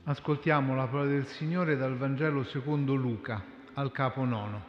Ascoltiamo la parola del Signore dal Vangelo secondo Luca, al capo 9.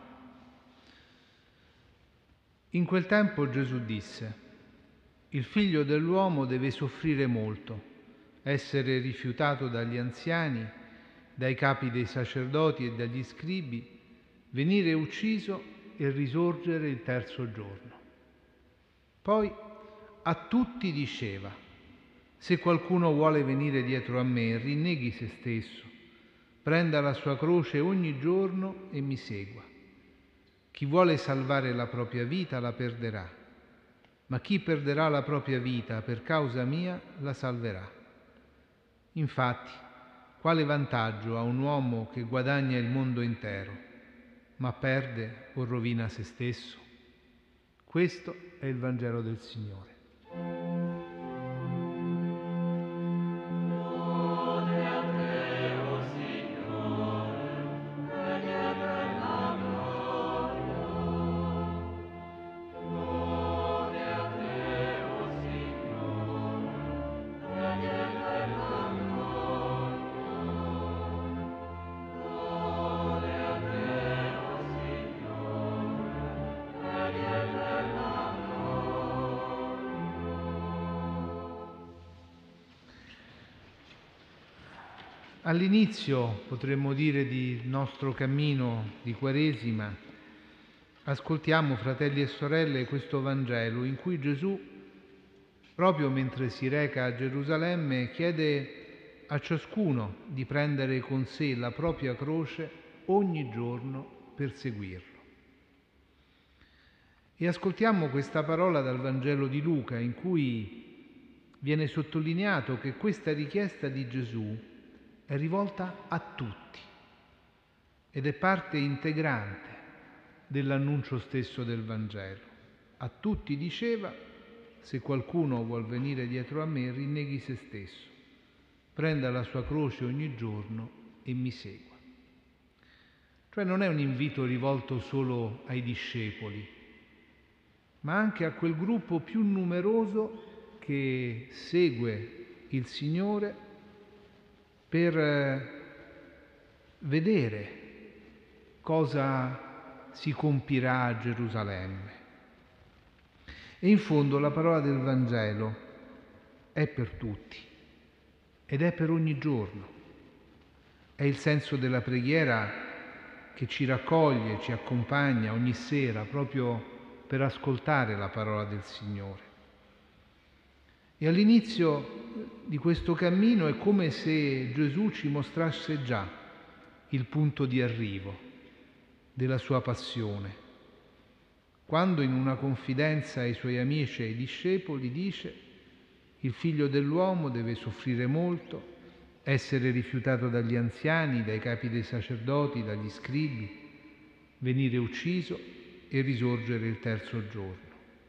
In quel tempo Gesù disse: «Il Figlio dell'uomo deve soffrire molto, essere rifiutato dagli anziani, dai capi dei sacerdoti e dagli scribi, venire ucciso e risorgere il terzo giorno». Poi a tutti diceva: «Se qualcuno vuole venire dietro a me, rinneghi se stesso, prenda la sua croce ogni giorno e mi segua. Chi vuole salvare la propria vita la perderà, ma chi perderà la propria vita per causa mia la salverà. Infatti, quale vantaggio ha un uomo che guadagna il mondo intero, ma perde o rovina se stesso?» Questo è il Vangelo del Signore. All'inizio, potremmo dire, del nostro cammino di Quaresima, ascoltiamo, fratelli e sorelle, questo Vangelo in cui Gesù, proprio mentre si reca a Gerusalemme, chiede a ciascuno di prendere con sé la propria croce ogni giorno per seguirlo. E ascoltiamo questa parola dal Vangelo di Luca, in cui viene sottolineato che questa richiesta di Gesù è rivolta a tutti ed è parte integrante dell'annuncio stesso del Vangelo. A tutti diceva: se qualcuno vuol venire dietro a me, rinneghi se stesso, prenda la sua croce ogni giorno e mi segua. Cioè non è un invito rivolto solo ai discepoli, ma anche a quel gruppo più numeroso che segue il Signore per vedere cosa si compirà a Gerusalemme. E in fondo la parola del Vangelo è per tutti ed è per ogni giorno. È il senso della preghiera che ci raccoglie, ci accompagna ogni sera proprio per ascoltare la parola del Signore. E all'inizio di questo cammino è come se Gesù ci mostrasse già il punto di arrivo della sua passione, quando in una confidenza ai suoi amici e ai discepoli dice: «Il Figlio dell'uomo deve soffrire molto, essere rifiutato dagli anziani, dai capi dei sacerdoti, dagli scribi, venire ucciso e risorgere il terzo giorno».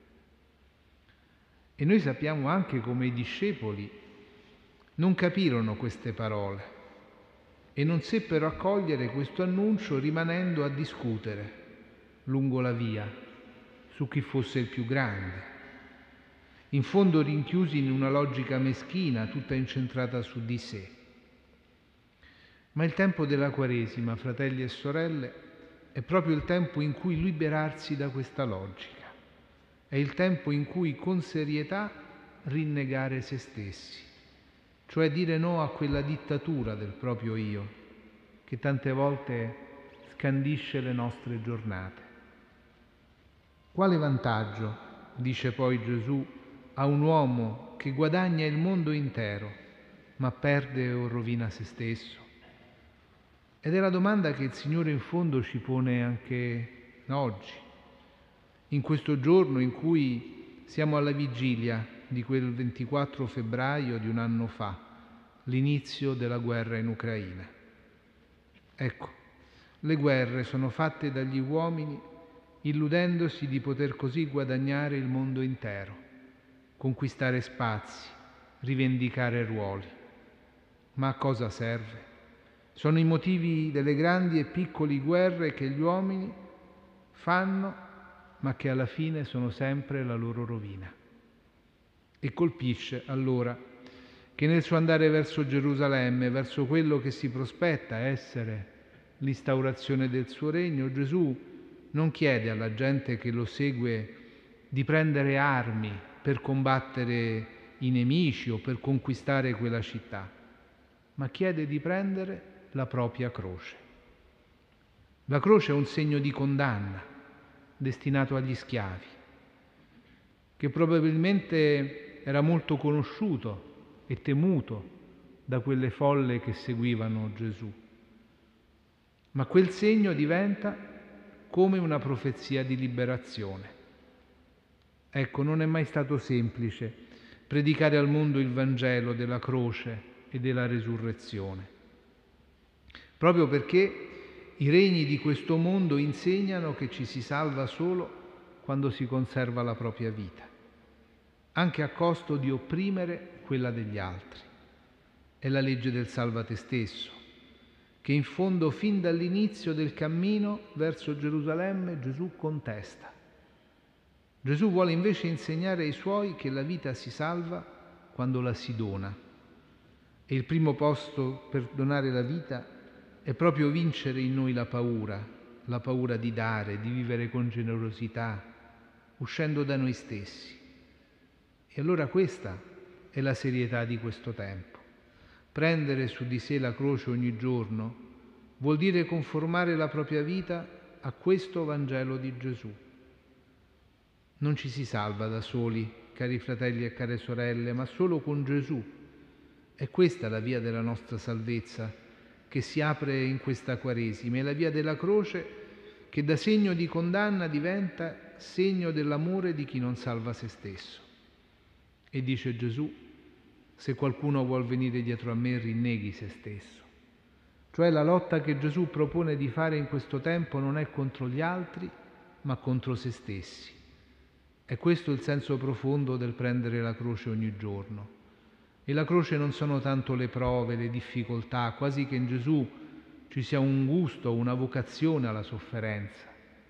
E noi sappiamo anche come i discepoli non capirono queste parole e non seppero accogliere questo annuncio, rimanendo a discutere lungo la via su chi fosse il più grande, in fondo rinchiusi in una logica meschina tutta incentrata su di sé. Ma il tempo della Quaresima, fratelli e sorelle, è proprio il tempo in cui liberarsi da questa logica. È il tempo in cui con serietà rinnegare se stessi, cioè dire no a quella dittatura del proprio io che tante volte scandisce le nostre giornate. Quale vantaggio, dice poi Gesù, ha un uomo che guadagna il mondo intero, ma perde o rovina se stesso? Ed è la domanda che il Signore in fondo ci pone anche oggi, in questo giorno in cui siamo alla vigilia di quel 24 febbraio di un anno fa, l'inizio della guerra in Ucraina. Ecco, le guerre sono fatte dagli uomini illudendosi di poter così guadagnare il mondo intero, conquistare spazi, rivendicare ruoli. Ma a cosa serve? Sono i motivi delle grandi e piccole guerre che gli uomini fanno, ma che alla fine sono sempre la loro rovina. E colpisce allora che nel suo andare verso Gerusalemme, verso quello che si prospetta essere l'instaurazione del suo regno, Gesù non chiede alla gente che lo segue di prendere armi per combattere i nemici o per conquistare quella città, ma chiede di prendere la propria croce. La croce è un segno di condanna destinato agli schiavi, che probabilmente era molto conosciuto e temuto da quelle folle che seguivano Gesù. Ma quel segno diventa come una profezia di liberazione. Ecco, non è mai stato semplice predicare al mondo il Vangelo della croce e della resurrezione, proprio perché i regni di questo mondo insegnano che ci si salva solo quando si conserva la propria vita, anche a costo di opprimere quella degli altri. È la legge del salva te stesso, che in fondo fin dall'inizio del cammino verso Gerusalemme Gesù contesta. Gesù vuole invece insegnare ai Suoi che la vita si salva quando la si dona. E il primo posto per donare la vita è proprio vincere in noi la paura di dare, di vivere con generosità, uscendo da noi stessi. E allora questa è la serietà di questo tempo. Prendere su di sé la croce ogni giorno vuol dire conformare la propria vita a questo Vangelo di Gesù. Non ci si salva da soli, cari fratelli e care sorelle, ma solo con Gesù. È questa la via della nostra salvezza che si apre in questa Quaresima, è la via della croce che da segno di condanna diventa segno dell'amore di chi non salva se stesso. E dice Gesù: se qualcuno vuol venire dietro a me, rinneghi se stesso. Cioè la lotta che Gesù propone di fare in questo tempo non è contro gli altri, ma contro se stessi. È questo il senso profondo del prendere la croce ogni giorno. E la croce non sono tanto le prove, le difficoltà, quasi che in Gesù ci sia un gusto, una vocazione alla sofferenza.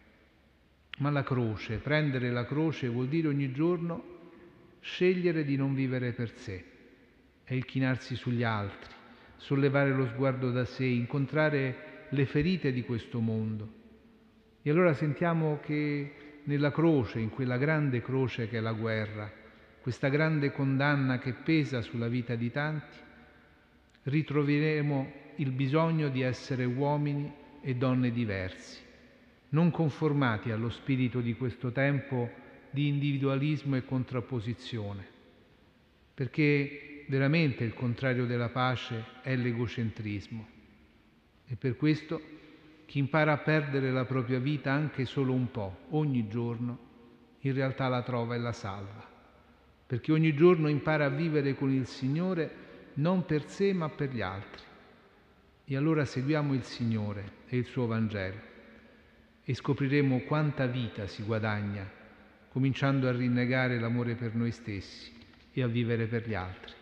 Ma la croce, prendere la croce vuol dire ogni giorno scegliere di non vivere per sé. È il chinarsi sugli altri, sollevare lo sguardo da sé, incontrare le ferite di questo mondo. E allora sentiamo che nella croce, in quella grande croce che è la guerra, questa grande condanna che pesa sulla vita di tanti, ritroveremo il bisogno di essere uomini e donne diversi, non conformati allo spirito di questo tempo di individualismo e contrapposizione, perché veramente il contrario della pace è l'egocentrismo. E per questo chi impara a perdere la propria vita anche solo un po', ogni giorno, in realtà la trova e la salva, perché ogni giorno impara a vivere con il Signore non per sé ma per gli altri. E allora seguiamo il Signore e il suo Vangelo e scopriremo quanta vita si guadagna cominciando a rinnegare l'amore per noi stessi e a vivere per gli altri.